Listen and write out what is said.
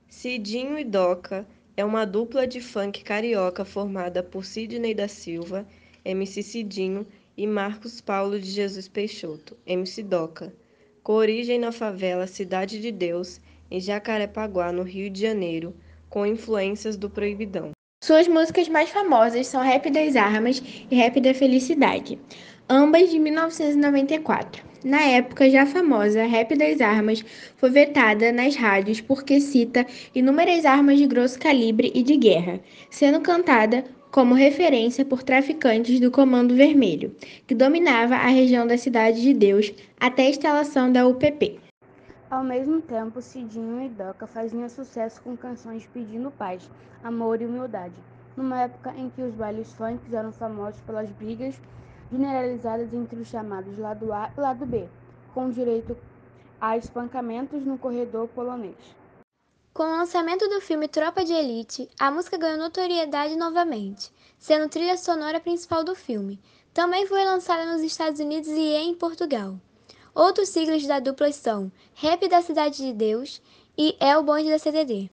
Cidinho e Doca é uma dupla de funk carioca formada por Sidney da Silva, MC Cidinho, e Marcos Paulo de Jesus Peixoto, MC Doca, com origem na favela Cidade de Deus, em Jacarepaguá, no Rio de Janeiro, com influências do Proibidão. Suas músicas mais famosas são Rap das Armas e Rap da Felicidade, ambas de 1994. Na época já famosa, Rap das Armas foi vetada nas rádios porque cita inúmeras armas de grosso calibre e de guerra, sendo cantada como referência por traficantes do Comando Vermelho, que dominava a região da Cidade de Deus até a instalação da UPP. Ao mesmo tempo, Cidinho e Doca faziam sucesso com canções pedindo paz, amor e humildade, numa época em que os bailes funk eram famosos pelas brigas generalizadas entre os chamados lado A e lado B, com direito a espancamentos no corredor polonês. Com o lançamento do filme Tropa de Elite, a música ganhou notoriedade novamente, sendo trilha sonora principal do filme. Também foi lançada nos Estados Unidos e em Portugal. Outros siglas da dupla são Rap da Cidade de Deus e É o Bonde da CDD.